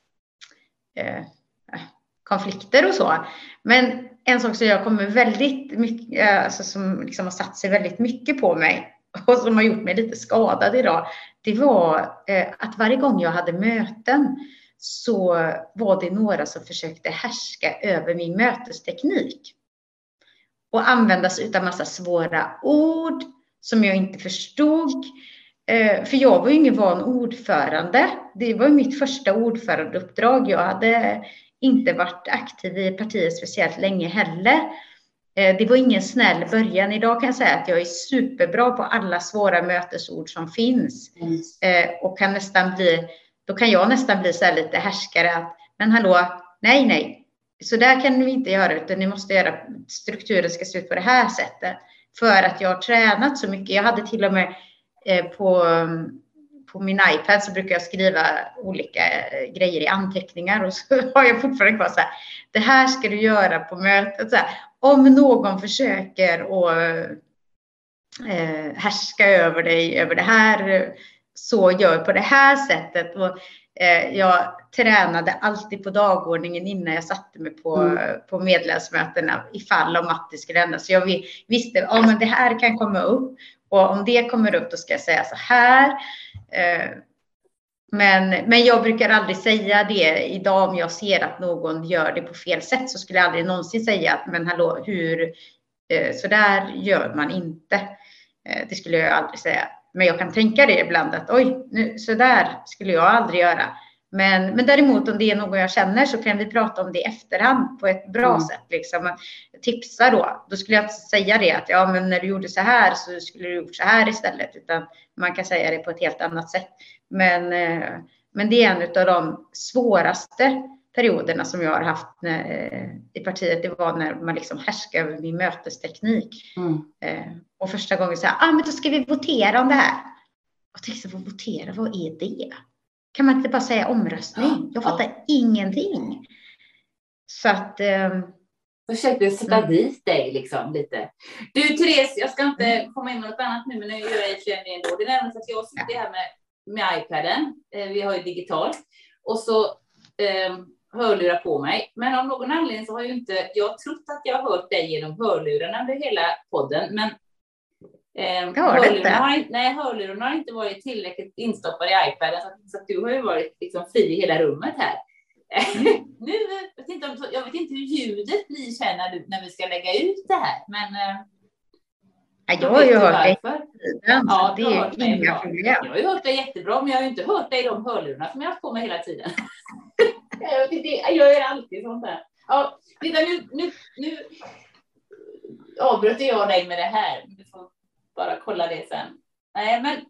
eh, konflikter och så. Men en sak som jag kommer väldigt mycket, alltså, som liksom har satt sig väldigt mycket på mig och som har gjort mig lite skadad idag, det var eh, att varje gång jag hade möten så var det några som försökte härska över min mötesteknik. Och användas utav massa svåra ord som jag inte förstod. För jag var ju ingen van ordförande. Det var ju mitt första ordförandeuppdrag. Jag hade inte varit aktiv i partiet speciellt länge heller. Det var ingen snäll början. Idag kan jag säga att jag är superbra på alla svåra mötesord som finns. Mm. Och kan nästan bli... Då kan jag nästan bli så här lite härskare att, men hallå, nej, nej. Så där kan vi inte göra, utan ni måste göra, strukturen ska se ut på det här sättet. För att jag har tränat så mycket. Jag hade till och med eh, på, på min iPad så brukar jag skriva olika eh, grejer i anteckningar. Och så har jag fortfarande kvar så här, det här ska du göra på mötet. Så här, om någon försöker att eh, härska över dig, över det här, så gör jag på det här sättet. Och, eh, jag tränade alltid på dagordningen innan jag satte mig på, mm. på medlemsmötena ifall om att det skulle hända. Så jag visste att oh, det här kan komma upp. Och om det kommer upp då ska jag säga så här. Eh, men, men jag brukar aldrig säga det idag om jag ser att någon gör det på fel sätt. Så skulle jag aldrig någonsin säga att men hallå, hur, eh, så där gör man inte. Eh, det skulle jag aldrig säga. Men jag kan tänka det ibland att oj, nu, så där skulle jag aldrig göra. Men, men däremot om det är någon jag känner så kan vi prata om det i efterhand på ett bra mm. sätt. Liksom. Tipsa då. Då skulle jag inte säga det att ja, men när du gjorde så här så skulle du gjort så här istället. Utan man kan säga det på ett helt annat sätt. Men, eh, men det är en av de svåraste perioderna som jag har haft när, i partiet. Det var när man liksom härskade över min mötesteknik. Mm. Eh, och första gången så här, ah, men då ska vi votera om det här. Och tänkte, vad votera, vad är det? Kan man inte bara säga omröstning? Jag fattar ja. ingenting. Så att... Eh, försökte sätta mm. dit dig liksom lite. Du Therese, jag ska inte mm. komma in med något annat nu, men nu gör jag egentligen ändå. Det är nämligen så att jag sitter ja. här med, med iPaden. Eh, vi har ju digitalt. Och så eh, hörlurar på mig. Men av någon anledning så har jag inte... Jag har trott att jag har hört dig genom hörlurarna under hela podden. Men eh, hörlurarna, har, nej, hörlurarna har inte varit tillräckligt instoppade i iPaden. Så, så att du har ju varit liksom fri i hela rummet här. Mm. nu, jag, vet inte om, jag vet inte hur ljudet blir sen när, du, när vi ska lägga ut det här. Men ja, jag har ju hört dig. Ja, det är ju inga problem. Jag har ju hört dig jättebra, men jag har ju inte hört dig i de hörlurarna som jag har haft på mig hela tiden. jag, det, jag gör alltid sånt här. Ja, titta, nu, nu, nu avbryter jag dig med det här. Du får bara kolla det sen. Nej, men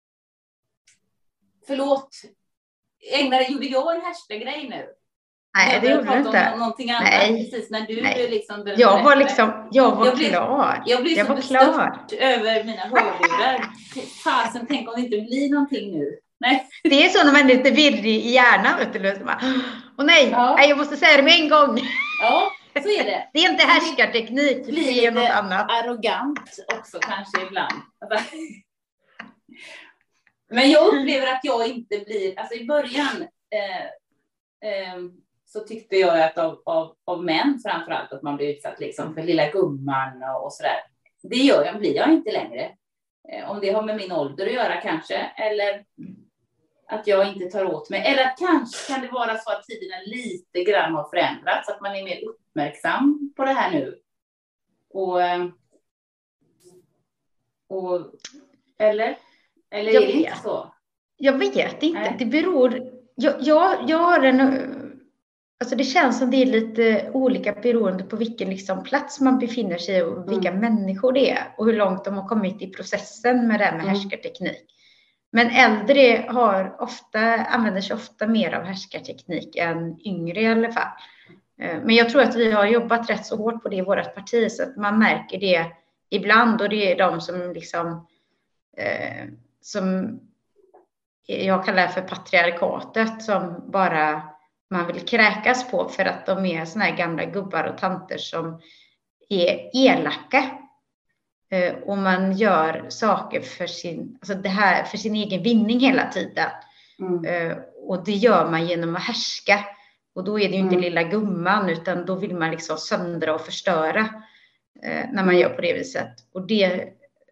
förlåt. Ägnade, gjorde jag en hashtag-grej nu? Nej, det gjorde du inte. Någonting annat. Nej. Precis när du Nej. liksom... Jag var liksom, jag var jag blev, klar. Jag blev jag så var klar över mina hörlurar. Fasen, tänk om det inte blir någonting nu. Nej. Det är så när man är lite virrig i hjärnan. Vet du, så bara, åh nej, ja. nej, jag måste säga det med en gång. Ja, så är det. Det är inte härskarteknik. Det blir det är något annat. Arrogant också kanske ibland. Men jag upplever att jag inte blir, alltså i början eh, eh, så tyckte jag att av, av, av män framförallt att man blir utsatt liksom för lilla gumman och, och sådär. Det gör jag, blir jag inte längre. Eh, om det har med min ålder att göra kanske, eller att jag inte tar åt mig. Eller att kanske kan det vara så att tiderna lite grann har förändrats, att man är mer uppmärksam på det här nu. Och... Eh, Och, eller? Eller Jag är det vet. inte så? Jag vet inte. Nej. Det beror... Jag, jag, jag har en... Alltså det känns som det är lite olika beroende på vilken liksom plats man befinner sig i och vilka Mm. människor det är. Och hur långt de har kommit i processen med det här med Mm. härskarteknik. Men äldre har ofta, använder sig ofta mer av härskarteknik än yngre i alla fall. Men jag tror att vi har jobbat rätt så hårt på det i vårt parti så att man märker det ibland. Och det är de som liksom... Eh, som jag kallar för patriarkatet som bara man vill kräkas på för att de är såna här gamla gubbar och tanter som är elaka. Eh, och man gör saker för sin, alltså det här, för sin egen vinning hela tiden. Mm. Eh, och det gör man genom att härska. Och då är det ju inte Mm. lilla gumman utan då vill man liksom söndra och förstöra eh, när man gör på det viset. Och det,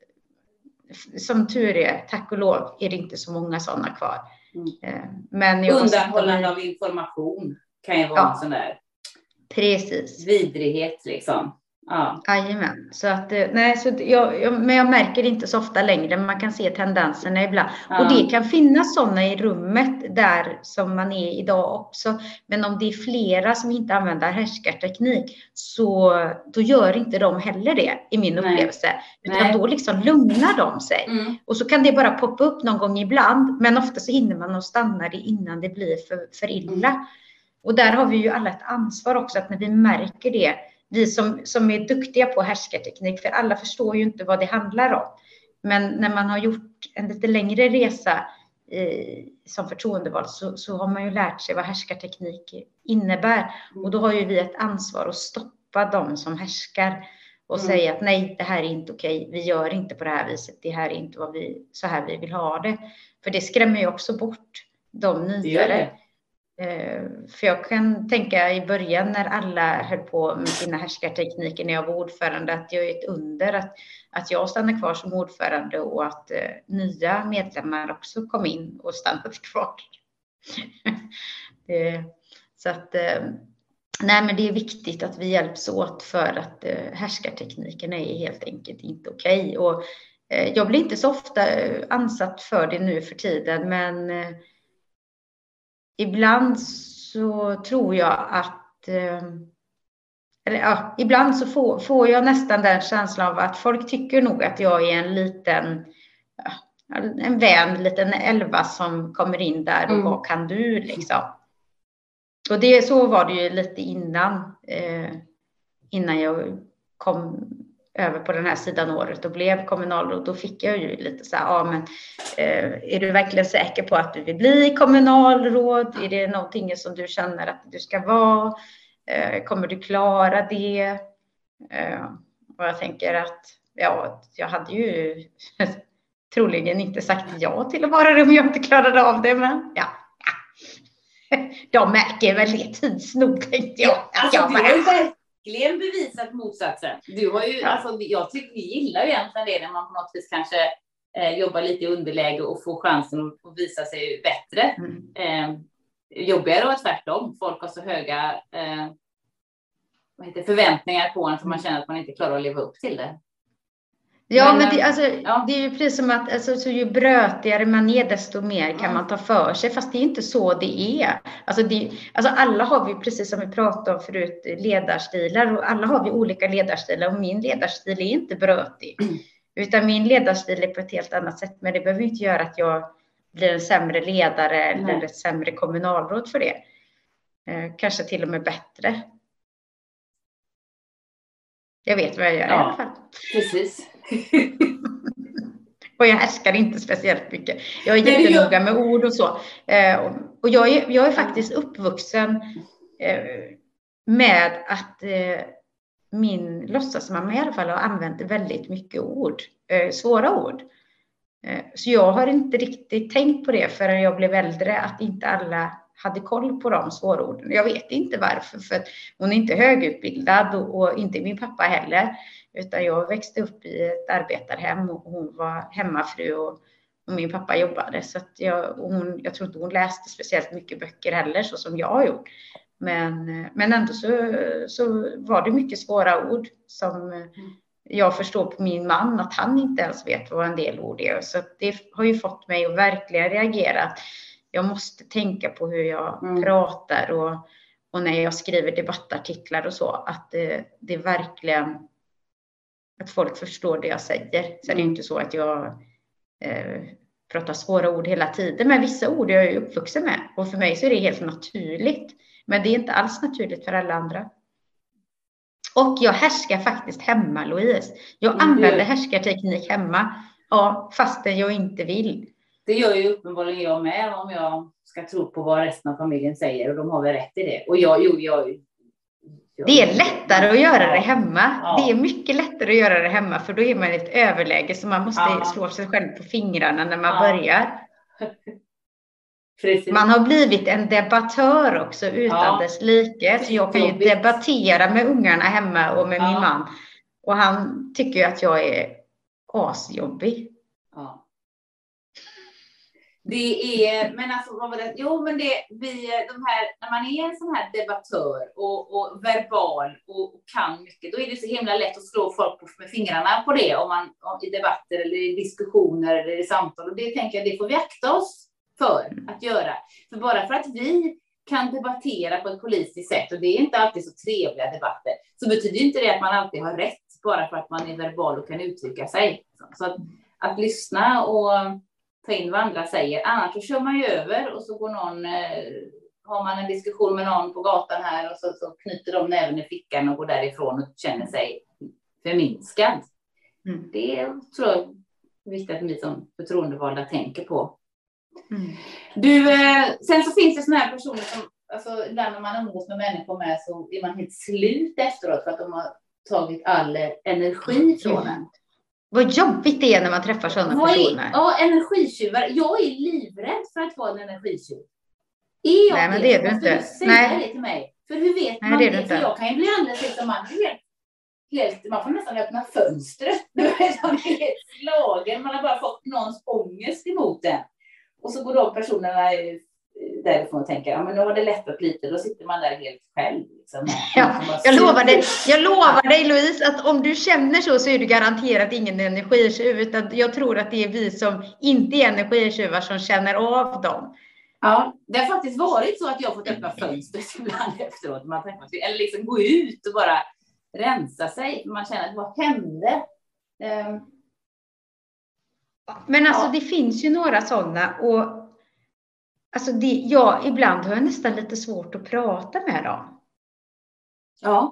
som tur är, tack och lov, är det inte så många sådana kvar. Mm. Men jag undanhållande mig... av information kan ju vara ja, en sån där precis. vidrighet liksom. Ja. Jajamän. Så att, nej, så jag, jag, men jag märker det inte så ofta längre. Man kan se tendenserna ibland. Ja. Och det kan finnas sådana i rummet där som man är idag också. Men om det är flera som inte använder härskarteknik så då gör inte de heller det i min Nej. upplevelse. Utan Nej. då liksom lugnar de sig. Mm. Och så kan det bara poppa upp någon gång ibland. Men ofta så hinner man och stanna det innan det blir för, för illa. Mm. Och där har vi ju alla ett ansvar också att när vi märker det. Vi som, som är duktiga på härskarteknik, för alla förstår ju inte vad det handlar om. Men när man har gjort en lite längre resa eh, som förtroendevald så, så har man ju lärt sig vad härskarteknik innebär. Och då har ju vi ett ansvar att stoppa dem som härskar och mm. säga att nej, det här är inte okej. Vi gör inte på det här viset. Det här är inte vad vi, så här vi vill ha det. För det skrämmer ju också bort de nyare. För jag kan tänka i början när alla höll på med sina härskartekniker när jag var ordförande att jag är ett under att, att jag stannade kvar som ordförande och att eh, nya medlemmar också kom in och stannade kvar. det, så att eh, nej, men det är viktigt att vi hjälps åt för att eh, härskartekniken är helt enkelt inte okej. Och eh, jag blir inte så ofta ansatt för det nu för tiden, men eh, ibland så tror jag att, eller ja, ibland så får, får jag nästan den känslan av att folk tycker nog att jag är en liten, en vän, en liten elva som kommer in där och mm. vad kan du liksom. Och det, så var det ju lite innan, eh, innan jag kom över på den här sidan året och blev kommunalråd. Då fick jag ju lite så här, ja men eh, är du verkligen säker på att du vill bli kommunalråd? Är det någonting som du känner att du ska vara? Eh, kommer du klara det? Eh, och jag tänker att ja, jag hade ju troligen inte sagt ja till att vara det om jag inte klarade av det, men ja. ja. De märker väl det tids nog, tänkte jag. Alltså, jag du har ju verkligen bevisat motsatsen. Du har ju, ja. alltså, jag tycker vi gillar ju egentligen det när man på något vis kanske eh, jobbar lite i underläge och får chansen att visa sig bättre. Mm. Eh, jobbigare och tvärtom. Folk har så höga eh, vad heter, förväntningar på en som man känner att man inte klarar att leva upp till det. Ja, men, men det, alltså, ja. det är ju precis som att alltså, så ju brötigare man är desto mer kan ja. man ta för sig. Fast det är inte så det är. Alltså, det, alltså alla har vi, precis som vi pratade om förut, ledarstilar. Och alla har vi olika ledarstilar. Och min ledarstil är inte brötig. Mm. Utan min ledarstil är på ett helt annat sätt. Men det behöver inte göra att jag blir en sämre ledare eller mm. ett sämre kommunalråd för det. Eh, kanske till och med bättre. Jag vet vad jag gör ja, i alla fall. Precis. Och jag härskar inte speciellt mycket. Jag är jättenoga med ord och så. Eh, och jag är, jag är faktiskt uppvuxen eh, med att eh, min låtsasmamma i alla fall har använt väldigt mycket ord. Eh, svåra ord. Eh, så jag har inte riktigt tänkt på det förrän jag blev äldre. Att inte alla hade koll på de svåra orden. Jag vet inte varför. För hon är inte högutbildad och, och inte min pappa heller. Utan jag växte upp i ett arbetarhem och hon var hemmafru och, och min pappa jobbade. Så att jag, hon, jag tror inte hon läste speciellt mycket böcker heller så som jag har gjort. Men, men ändå så, så var det mycket svåra ord som jag förstår på min man att han inte ens vet vad en del ord är. Så det har ju fått mig att verkligen reagera. Jag måste tänka på hur jag mm. pratar och, och när jag skriver debattartiklar och så. Att det, det är verkligen att folk förstår det jag säger. Så mm. det är inte så att jag eh, pratar svåra ord hela tiden. Men vissa ord är jag ju uppvuxen med. Och för mig så är det helt naturligt. Men det är inte alls naturligt för alla andra. Och jag härskar faktiskt hemma, Louise. Jag mm. använder härskarteknik hemma. Ja, fastän jag inte vill. Det gör ju uppenbarligen jag med, om jag ska tro på vad resten av familjen säger. Och de har väl rätt i det. Och jag, jo, jag, jag det är lättare att göra det hemma. Ja. Det är mycket lättare att göra det hemma. För då är man i ett överläge. Så man måste ja. slå sig själv på fingrarna när man ja. börjar. Precis. Man har blivit en debattör också utan ja. dess like. Så jag kan ju debattera med ungarna hemma och med ja. min man. Och han tycker ju att jag är asjobbig. Ja. Det är, men alltså vad var det? Jo, men det vi de här när man är en sån här debattör och, och verbal och, och kan mycket, då är det så himla lätt att slå folk på, med fingrarna på det om man om, i debatter eller i diskussioner eller i samtal, och det tänker jag, det får vi akta oss för att göra. För bara för att vi kan debattera på ett politiskt sätt, och det är inte alltid så trevliga debatter, så betyder inte det att man alltid har rätt bara för att man är verbal och kan uttrycka sig. Så att, att lyssna och ta in vad andra säger. Annars så kör man ju över och så går någon, eh, har man en diskussion med någon på gatan här och så, så knyter de näven i fickan och går därifrån och känner sig förminskad. Mm. Det tror jag är viktigt att vi som förtroendevalda tänker på. Mm. Du, eh, sen så finns det såna här personer som, alltså ibland när man umgås med människor med, så är man helt slut efteråt för att de har tagit all energi från en. Vad jobbigt det är när man träffar sådana Vad personer. Är, ja, energitjuvar. Jag är livrädd för att vara en energitjuv. Är jag Nej, men det är du inte. Du säga Nej. det till mig. För hur vet Nej, man det? det? För jag kan ju bli alldeles liksom, man, helt, helt, man får nästan öppna fönstret. Du är helt slagen. Man har bara fått någons ångest emot den. Och så går de personerna därifrån och tänker, ja men nu har det lättat lite, då sitter man där helt själv. Liksom, ja, jag, lovar dig, jag lovar dig Louise, att om du känner så så är du garanterat ingen energitjuv, utan jag tror att det är vi som inte är energitjuvar som känner av dem. Ja, det har faktiskt varit så att jag har fått öppna fönstret ibland efteråt, man träffas, eller liksom gå ut och bara rensa sig, man känner att vad hände? Um, Men alltså ja. det finns ju några sådana, och alltså det, ja, ibland har jag nästan lite svårt att prata med dem. Ja.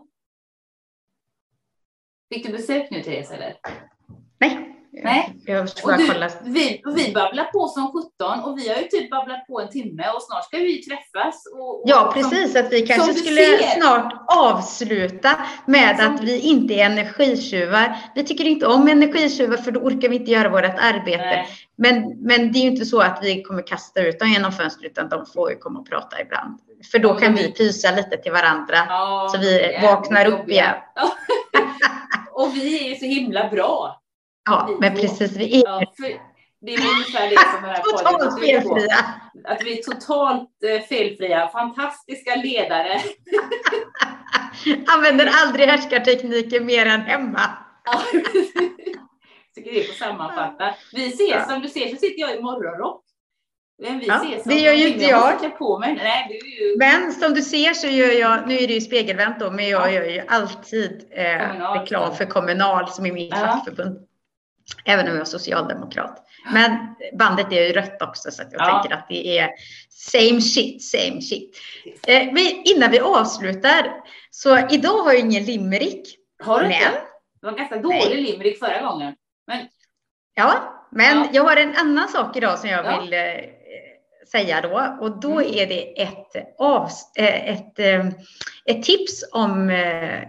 Fick du besök nu, Therese, eller? Nej. Nej. Jag och du, kolla. Vi, vi babblar på som sjutton, och vi har ju typ babblat på en timme, och snart ska vi träffas. Och, och ja, precis. Som, att vi kanske skulle ser. snart avsluta med som, att vi inte är energitjuvar. Vi tycker inte om energitjuvar, för då orkar vi inte göra vårt arbete. Men, men det är ju inte så att vi kommer kasta ut dem genom fönstret, utan de får ju komma och prata ibland. För då kan vi pysa lite till varandra, ja, så vi yeah, vaknar upp igen. Och vi är ju så himla bra. Ja, men precis. Vi är... Ja, det är ungefär det som är här totalt felfria. Att vi är totalt felfria. Fantastiska ledare. Använder aldrig härskartekniker mer än hemma. Ja, tycker det är på sammanfatta. Vi ses, ja. Som du ser så sitter jag i morgonrock. Men vi ja, ses det gör ju inte jag. jag. På mig. Nej, du är ju... Men som du ser så gör jag, nu är det ju spegelvänt då, men jag ja. gör ju alltid eh, reklam för Kommunal som är mitt ja. fackförbund. Även om jag är socialdemokrat. Men bandet är ju rött också, så att jag ja. tänker att det är same shit, same shit. Eh, vi, innan vi avslutar, så idag har jag ingen limerick. Har du men, inte? Det var ganska dålig nej. limerick förra gången. Men... Ja, men ja. jag har en annan sak idag som jag ja. vill eh, säga då. Och då mm. är det ett, av, eh, ett, eh, ett tips om, eh,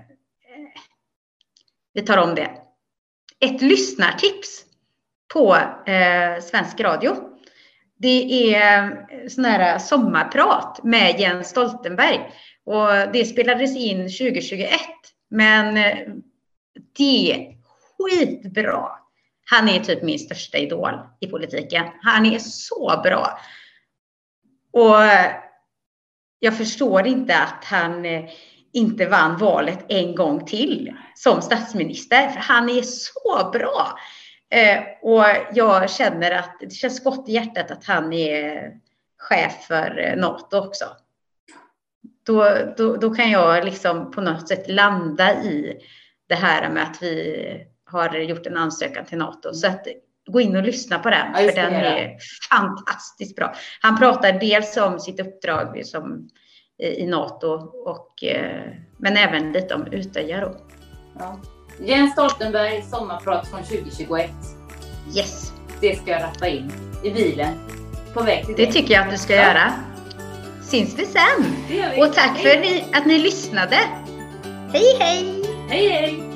vi tar om det. Ett lyssnartips på eh, svensk radio. Det är sån här sommarprat med Jens Stoltenberg. Och det spelades in tjugo tjugoett. Men det är skitbra. Han är typ min största idol i politiken. Han är så bra. Och jag förstår inte att han inte vann valet en gång till som statsminister. För han är så bra. Eh, och jag känner att det känns gott i hjärtat att han är chef för NATO också. Då, då, då kan jag liksom på något sätt landa i det här med att vi har gjort en ansökan till NATO. Så att gå in och lyssna på den, ja, för den är fantastiskt bra. Han pratar dels om sitt uppdrag som, i NATO, och, men även lite om Utöja då. Ja. Jens Stoltenberg, sommarprat från tjugo tjugoett. Yes. Det ska jag rappa in i bilen på väg till det. Det tycker jag att du ska ja. göra. Syns vi sen. Och tack för att ni lyssnade. Hej hej! Hej hej!